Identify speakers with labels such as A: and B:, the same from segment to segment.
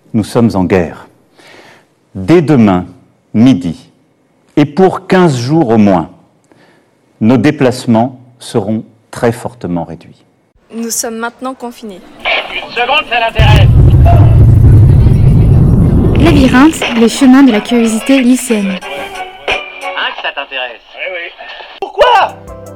A: nous sommes en guerre. Dès demain, midi, et pour 15 jours au moins, nos déplacements seront très fortement réduits.
B: Nous sommes maintenant confinés.
C: Une seconde, ça l'intéresse.
D: Labyrinthe, le chemin de la curiosité lycéenne.
C: Que ça t'intéresse? Oui. Pourquoi?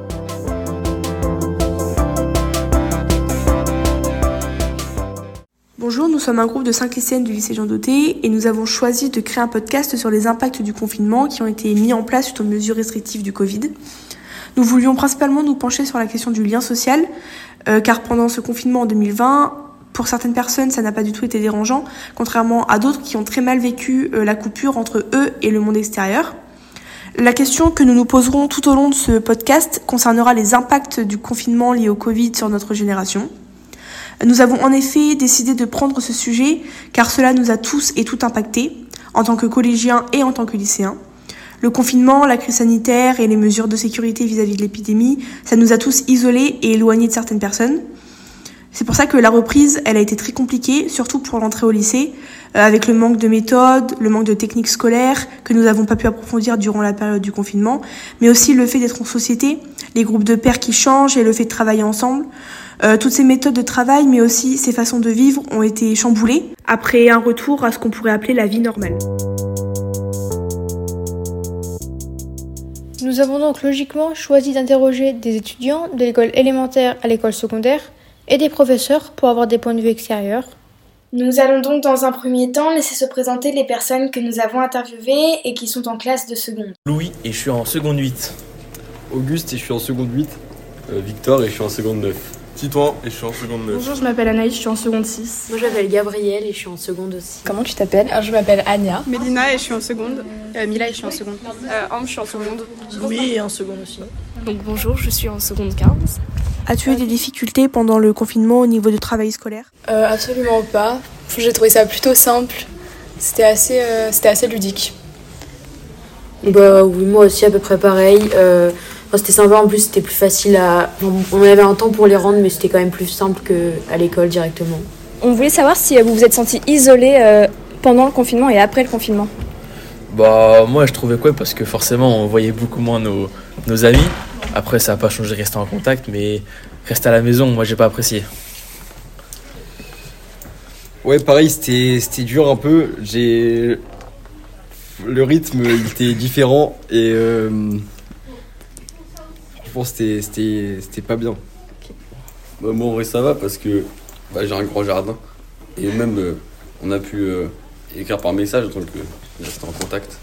E: Bonjour, nous sommes un groupe de 5 lycéennes du lycée Jean Daudet et nous avons choisi de créer un podcast sur les impacts du confinement qui ont été mis en place suite aux mesures restrictives du Covid. Nous voulions principalement nous pencher sur la question du lien social, car pendant ce confinement en 2020, pour certaines personnes, ça n'a pas du tout été dérangeant, contrairement à d'autres qui ont très mal vécu la coupure entre eux et le monde extérieur. La question que nous nous poserons tout au long de ce podcast concernera les impacts du confinement lié au Covid sur notre génération. Nous avons en effet décidé de prendre ce sujet car cela nous a tous et toutes impactés, en tant que collégiens et en tant que lycéens. Le confinement, la crise sanitaire et les mesures de sécurité vis-à-vis de l'épidémie, ça nous a tous isolés et éloignés de certaines personnes. C'est pour ça que la reprise, elle a été très compliquée, surtout pour l'entrée au lycée, avec le manque de méthodes, le manque de techniques scolaires que nous n'avons pas pu approfondir durant la période du confinement, mais aussi le fait d'être en société, les groupes de pairs qui changent et le fait de travailler ensemble. Toutes ces méthodes de travail, mais aussi ces façons de vivre ont été chamboulées après un retour à ce qu'on pourrait appeler la vie normale.
F: Nous avons donc logiquement choisi d'interroger des étudiants de l'école élémentaire à l'école secondaire et des professeurs pour avoir des points de vue extérieurs.
G: Nous allons donc dans un premier temps laisser se présenter les personnes que nous avons interviewées et qui sont en classe de seconde.
H: Louis et je suis en seconde 8.
I: Auguste et je suis en seconde 8. Victor et je suis en seconde 9.
J: Titouan et je suis en seconde 9.
K: Bonjour, je m'appelle Anaïs, je suis en seconde 6.
L: Moi je m'appelle Gabrielle et je suis en seconde aussi.
M: Comment tu t'appelles?
N: Je m'appelle Anya.
O: Mélina et je suis en seconde.
P: Mila et je suis en seconde.
O: Ambre, je suis en seconde.
Q: Louis est en seconde aussi.
R: Donc bonjour, je suis en seconde 15.
E: As-tu eu des difficultés pendant le confinement au niveau du travail scolaire?
N: Absolument pas. J'ai trouvé ça plutôt simple. C'était assez ludique.
L: Bah oui, moi aussi à peu près pareil. C'était sympa, en plus c'était plus facile on avait un temps pour les rendre, mais c'était quand même plus simple qu'à l'école directement.
B: On voulait savoir si vous vous êtes senti isolé pendant le confinement et après le confinement.
H: Bah moi je trouvais quoi, parce que forcément on voyait beaucoup moins nos amis. Après ça n'a pas changé de rester en contact, mais rester à la maison, moi j'ai pas apprécié.
I: Ouais, pareil, c'était dur un peu. Le rythme il était différent et je pense que c'était pas bien.
J: Bah, moi en vrai ça va parce que j'ai un grand jardin et même on a pu écrire par message, donc rester en contact.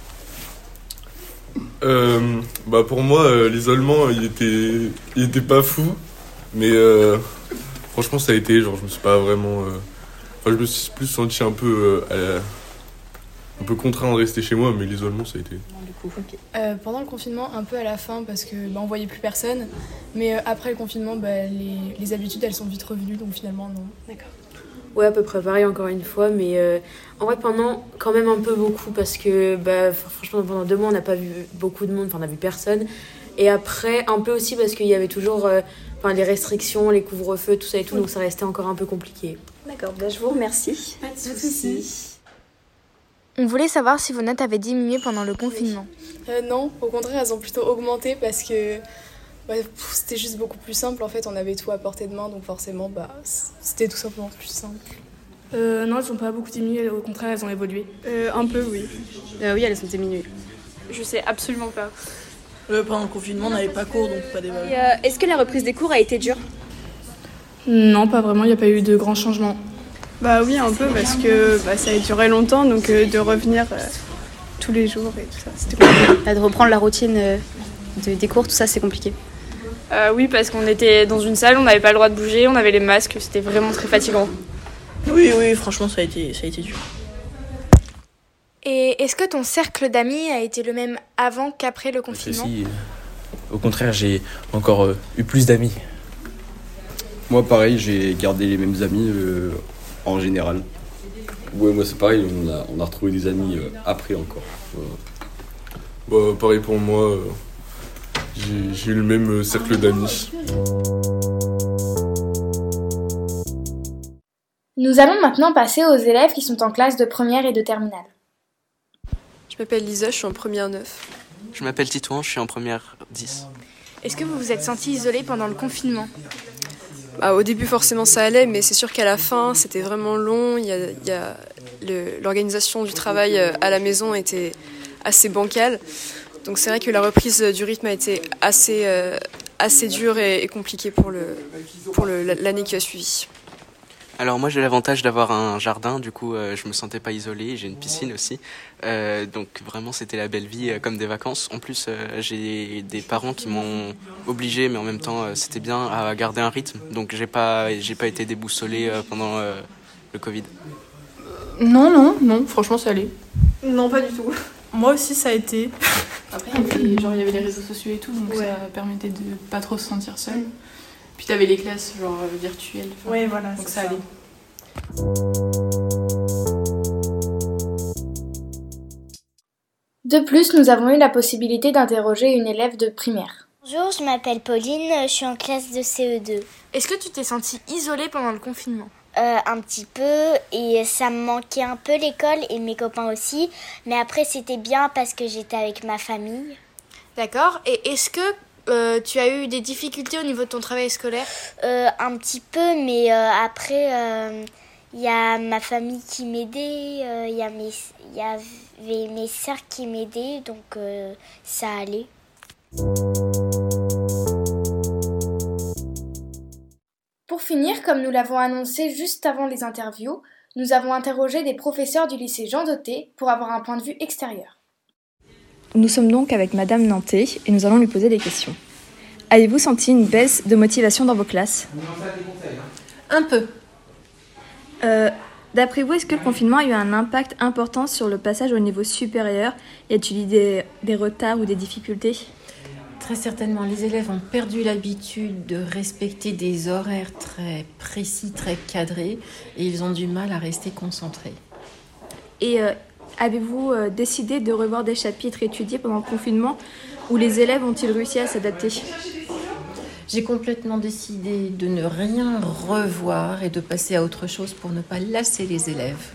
S: Pour moi l'isolement il était pas fou, mais franchement ça a été, genre je me suis pas vraiment je me suis plus senti un peu contraint de rester chez moi, mais l'isolement ça a été.
N: Pendant le confinement, un peu à la fin, parce que on voyait plus personne, mais après le confinement, les habitudes elles sont vite revenues, donc finalement non.
L: D'accord. Ouais, à peu près pareil encore une fois, mais en vrai pendant quand même un peu beaucoup, parce que franchement pendant 2 mois on n'a pas vu beaucoup de monde, on n'a vu personne, et après un peu aussi parce qu'il y avait toujours les restrictions, les couvre-feux, tout ça et tout, donc ça restait encore un peu compliqué.
B: D'accord, je vous remercie.
L: Pas de soucis.
F: On voulait savoir si vos notes avaient diminué pendant le confinement.
N: Non, au contraire, elles ont plutôt augmenté parce que c'était juste beaucoup plus simple. En fait, on avait tout à portée de main, donc forcément, c'était tout simplement plus simple.
K: Non, elles n'ont pas beaucoup diminué, au contraire, elles ont évolué.
O: Un peu, oui.
P: Oui, elles ont diminué.
O: Je sais absolument pas.
Q: Pendant le confinement, on n'avait pas cours, donc pas d'évaluation.
B: Est-ce que la reprise des cours a été dure?
K: Non, pas vraiment, il n'y a pas eu de grands changements.
O: Oui, un peu, parce que ça a duré longtemps, donc de revenir tous les jours et tout ça, c'était compliqué.
P: De reprendre la routine des cours, tout ça, c'est compliqué.
O: Oui, parce qu'on était dans une salle, on n'avait pas le droit de bouger, on avait les masques, c'était vraiment très fatigant.
Q: Oui, franchement, ça a été dur.
F: Et est-ce que ton cercle d'amis a été le même avant qu'après le confinement?
H: Si, au contraire, j'ai encore eu plus d'amis.
I: Moi pareil, j'ai gardé les mêmes amis en général.
J: Ouais, moi c'est pareil, on a retrouvé des amis après encore.
S: Pareil pour moi, j'ai eu le même cercle d'amis.
G: Nous allons maintenant passer aux élèves qui sont en classe de première et de terminale.
M: Je m'appelle Lisa, je suis en première 9.
T: Je m'appelle Titouan, je suis en première 10.
B: Est-ce que vous vous êtes senti isolé pendant le confinement ?
M: Au début forcément ça allait, mais c'est sûr qu'à la fin c'était vraiment long. L'organisation du travail à la maison était assez bancale. Donc c'est vrai que la reprise du rythme a été assez dure et compliquée pour l'année qui a suivi.
T: Alors moi j'ai l'avantage d'avoir un jardin, du coup je me sentais pas isolé, j'ai une piscine aussi, donc vraiment c'était la belle vie comme des vacances. En plus j'ai des parents qui m'ont obligé, mais en même temps c'était bien à garder un rythme, donc j'ai pas été déboussolé pendant le Covid.
N: Non, franchement ça allait.
Q: Non, pas du tout. Moi aussi ça a été.
N: Après il y avait les réseaux sociaux et tout, donc ça permettait de pas trop se sentir seul. Puis t'avais les classes virtuelles.
Q: Ouais, voilà.
N: Donc ça allait.
G: De plus, nous avons eu la possibilité d'interroger une élève de primaire.
U: Bonjour, je m'appelle Pauline, je suis en classe de CE2.
B: Est-ce que tu t'es sentie isolée pendant le confinement ?
U: Un petit peu, et ça me manquait un peu l'école et mes copains aussi. Mais après c'était bien parce que j'étais avec ma famille.
B: D'accord, et est-ce que tu as eu des difficultés au niveau de ton travail scolaire ?
U: Un petit peu, mais après, il y a ma famille qui m'aidait, il y avait mes sœurs qui m'aidaient, donc ça allait.
G: Pour finir, comme nous l'avons annoncé juste avant les interviews, nous avons interrogé des professeurs du lycée Jean Dauté pour avoir un point de vue extérieur.
V: Nous sommes donc avec Madame Nantais et nous allons lui poser des questions. Avez-vous senti une baisse de motivation dans vos classes ?
Q: Un peu.
V: D'après vous, est-ce que le confinement a eu un impact important sur le passage au niveau supérieur ? Y a-t-il eu des retards ou des difficultés ?
W: Très certainement, les élèves ont perdu l'habitude de respecter des horaires très précis, très cadrés, et ils ont du mal à rester concentrés.
V: Et avez-vous décidé de revoir des chapitres étudiés pendant le confinement, ou les élèves ont-ils réussi à s'adapter ?
W: J'ai complètement décidé de ne rien revoir et de passer à autre chose pour ne pas lasser les élèves.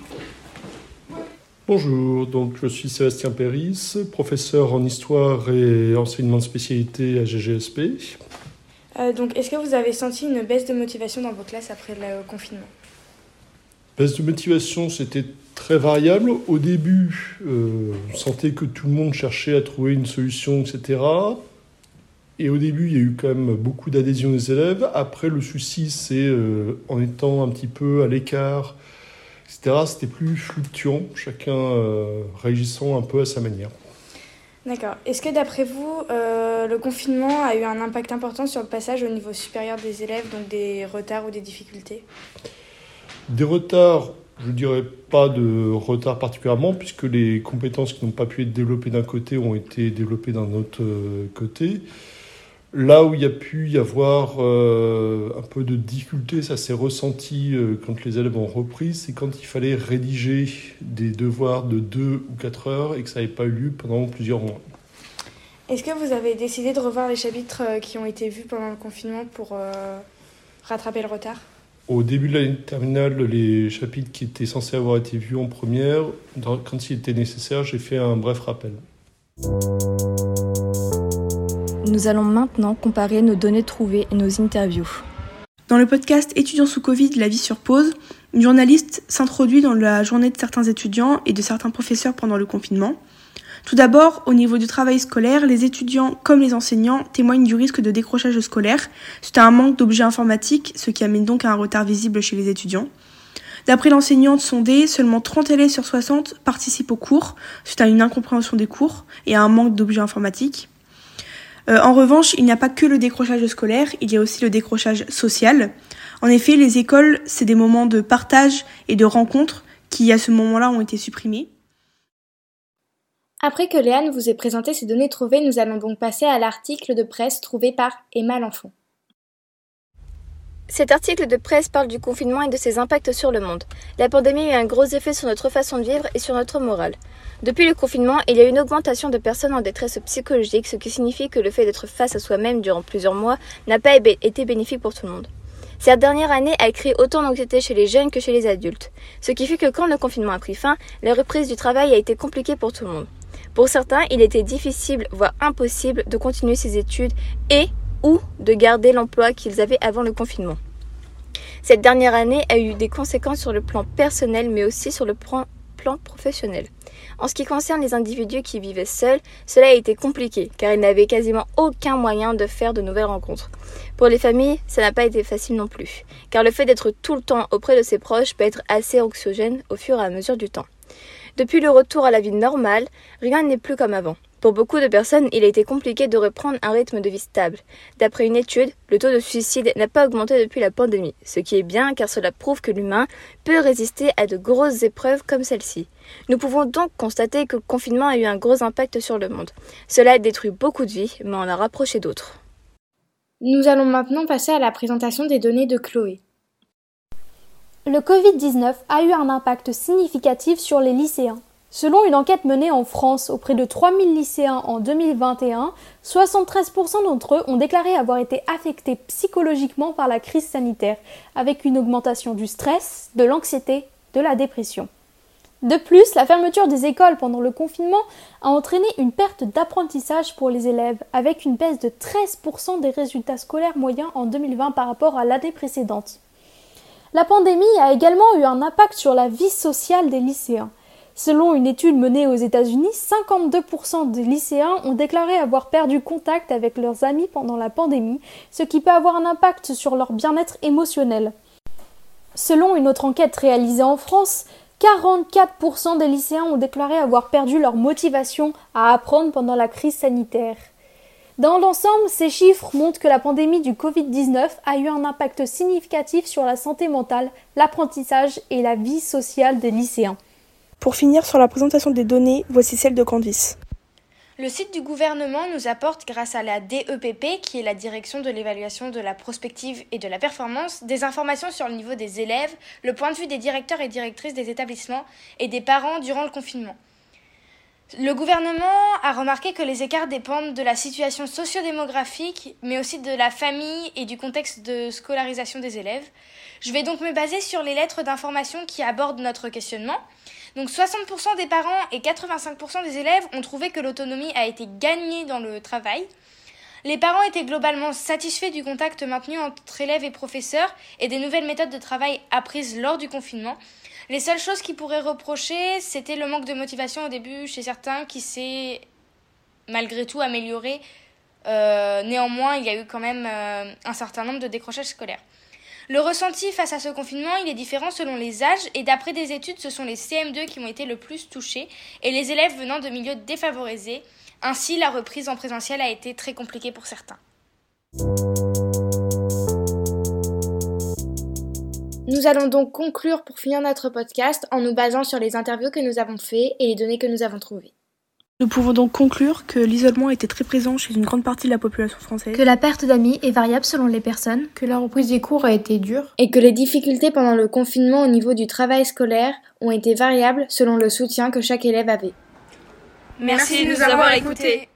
X: Bonjour, donc je suis Sébastien Péris, professeur en histoire et enseignement de spécialité à GGSP.
B: Donc, est-ce que vous avez senti une baisse de motivation dans vos classes après le confinement ?
X: Baisse de motivation, c'était très variable. Au début, on sentait que tout le monde cherchait à trouver une solution, etc. Et au début, il y a eu quand même beaucoup d'adhésion des élèves. Après, le souci, c'est en étant un petit peu à l'écart, etc., c'était plus fluctuant, chacun réagissant un peu à sa manière.
B: D'accord. Est-ce que d'après vous, le confinement a eu un impact important sur le passage au niveau supérieur des élèves, donc des retards ou des difficultés ?
X: Des retards, je ne dirais pas de retard particulièrement, puisque les compétences qui n'ont pas pu être développées d'un côté ont été développées d'un autre côté. Là où il y a pu y avoir un peu de difficulté, ça s'est ressenti quand les élèves ont repris, c'est quand il fallait rédiger des devoirs de 2 ou 4 heures et que ça n'avait pas eu lieu pendant plusieurs mois.
B: Est-ce que vous avez décidé de revoir les chapitres qui ont été vus pendant le confinement pour rattraper le retard ?
X: Au début de l'année terminale, les chapitres qui étaient censés avoir été vus en première, quand il était nécessaire, j'ai fait un bref rappel.
V: Nous allons maintenant comparer nos données trouvées et nos interviews.
E: Dans le podcast Étudiants sous Covid, la vie sur pause, une journaliste s'introduit dans la journée de certains étudiants et de certains professeurs pendant le confinement. Tout d'abord, au niveau du travail scolaire, les étudiants comme les enseignants témoignent du risque de décrochage scolaire suite à un manque d'objets informatiques, ce qui amène donc à un retard visible chez les étudiants. D'après l'enseignante sondée, seulement 30 élèves sur 60 participent aux cours suite à une incompréhension des cours et à un manque d'objets informatiques. En revanche, il n'y a pas que le décrochage scolaire, il y a aussi le décrochage social. En effet, les écoles, c'est des moments de partage et de rencontre qui, à ce moment-là, ont été supprimés.
G: Après que Léane vous ait présenté ces données trouvées, nous allons donc passer à l'article de presse trouvé par Emma L'Enfant.
V: Cet article de presse parle du confinement et de ses impacts sur le monde. La pandémie a eu un gros effet sur notre façon de vivre et sur notre morale. Depuis le confinement, il y a eu une augmentation de personnes en détresse psychologique, ce qui signifie que le fait d'être face à soi-même durant plusieurs mois n'a pas été bénéfique pour tout le monde. Cette dernière année a créé autant d'anxiété chez les jeunes que chez les adultes. Ce qui fait que quand le confinement a pris fin, la reprise du travail a été compliquée pour tout le monde. Pour certains, il était difficile, voire impossible, de continuer ses études ou de garder l'emploi qu'ils avaient avant le confinement. Cette dernière année a eu des conséquences sur le plan personnel, mais aussi sur le plan professionnel. En ce qui concerne les individus qui vivaient seuls, cela a été compliqué, car ils n'avaient quasiment aucun moyen de faire de nouvelles rencontres. Pour les familles, ça n'a pas été facile non plus, car le fait d'être tout le temps auprès de ses proches peut être assez anxiogène au fur et à mesure du temps. Depuis le retour à la vie normale, rien n'est plus comme avant. Pour beaucoup de personnes, il a été compliqué de reprendre un rythme de vie stable. D'après une étude, le taux de suicide n'a pas augmenté depuis la pandémie, ce qui est bien car cela prouve que l'humain peut résister à de grosses épreuves comme celle-ci. Nous pouvons donc constater que le confinement a eu un gros impact sur le monde. Cela a détruit beaucoup de vies, mais en a rapproché d'autres.
G: Nous allons maintenant passer à la présentation des données de Chloé.
A: Le Covid-19 a eu un impact significatif sur les lycéens. Selon une enquête menée en France auprès de 3000 lycéens en 2021, 73% d'entre eux ont déclaré avoir été affectés psychologiquement par la crise sanitaire, avec une augmentation du stress, de l'anxiété, de la dépression. De plus, la fermeture des écoles pendant le confinement a entraîné une perte d'apprentissage pour les élèves, avec une baisse de 13% des résultats scolaires moyens en 2020 par rapport à l'année précédente. La pandémie a également eu un impact sur la vie sociale des lycéens. Selon une étude menée aux États-Unis, 52% des lycéens ont déclaré avoir perdu contact avec leurs amis pendant la pandémie, ce qui peut avoir un impact sur leur bien-être émotionnel. Selon une autre enquête réalisée en France, 44% des lycéens ont déclaré avoir perdu leur motivation à apprendre pendant la crise sanitaire. Dans l'ensemble, ces chiffres montrent que la pandémie du Covid-19 a eu un impact significatif sur la santé mentale, l'apprentissage et la vie sociale des lycéens.
E: Pour finir sur la présentation des données, voici celle de Candice.
G: Le site du gouvernement nous apporte, grâce à la DEPP, qui est la direction de l'évaluation de la prospective et de la performance, des informations sur le niveau des élèves, le point de vue des directeurs et directrices des établissements et des parents durant le confinement. Le gouvernement a remarqué que les écarts dépendent de la situation socio-démographique, mais aussi de la famille et du contexte de scolarisation des élèves. Je vais donc me baser sur les lettres d'information qui abordent notre questionnement. Donc 60% des parents et 85% des élèves ont trouvé que l'autonomie a été gagnée dans le travail. Les parents étaient globalement satisfaits du contact maintenu entre élèves et professeurs et des nouvelles méthodes de travail apprises lors du confinement. Les seules choses qu'ils pourraient reprocher, c'était le manque de motivation au début chez certains qui s'est malgré tout amélioré. Néanmoins, il y a eu quand même un certain nombre de décrochages scolaires. Le ressenti face à ce confinement, il est différent selon les âges et d'après des études, ce sont les CM2 qui ont été le plus touchés et les élèves venant de milieux défavorisés. Ainsi, la reprise en présentiel a été très compliquée pour certains. Nous allons donc conclure pour finir notre podcast en nous basant sur les interviews que nous avons faites et les données que nous avons trouvées.
E: Nous pouvons donc conclure que l'isolement était très présent chez une grande partie de la population française,
F: que la perte d'amis est variable selon les personnes, que la reprise des cours a été dure,
G: et que les difficultés pendant le confinement au niveau du travail scolaire ont été variables selon le soutien que chaque élève avait.
K: Merci de nous avoir écoutés.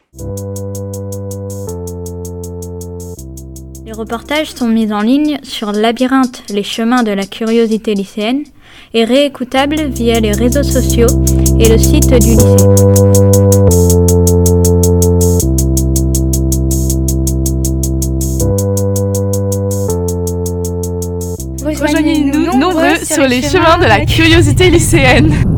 C: Les reportages sont mis en ligne sur Labyrinthe, les chemins de la curiosité lycéenne, et réécoutables via les réseaux sociaux et le site du lycée.
E: Rejoignez-nous nombreux sur les chemins de la curiosité lycéenne.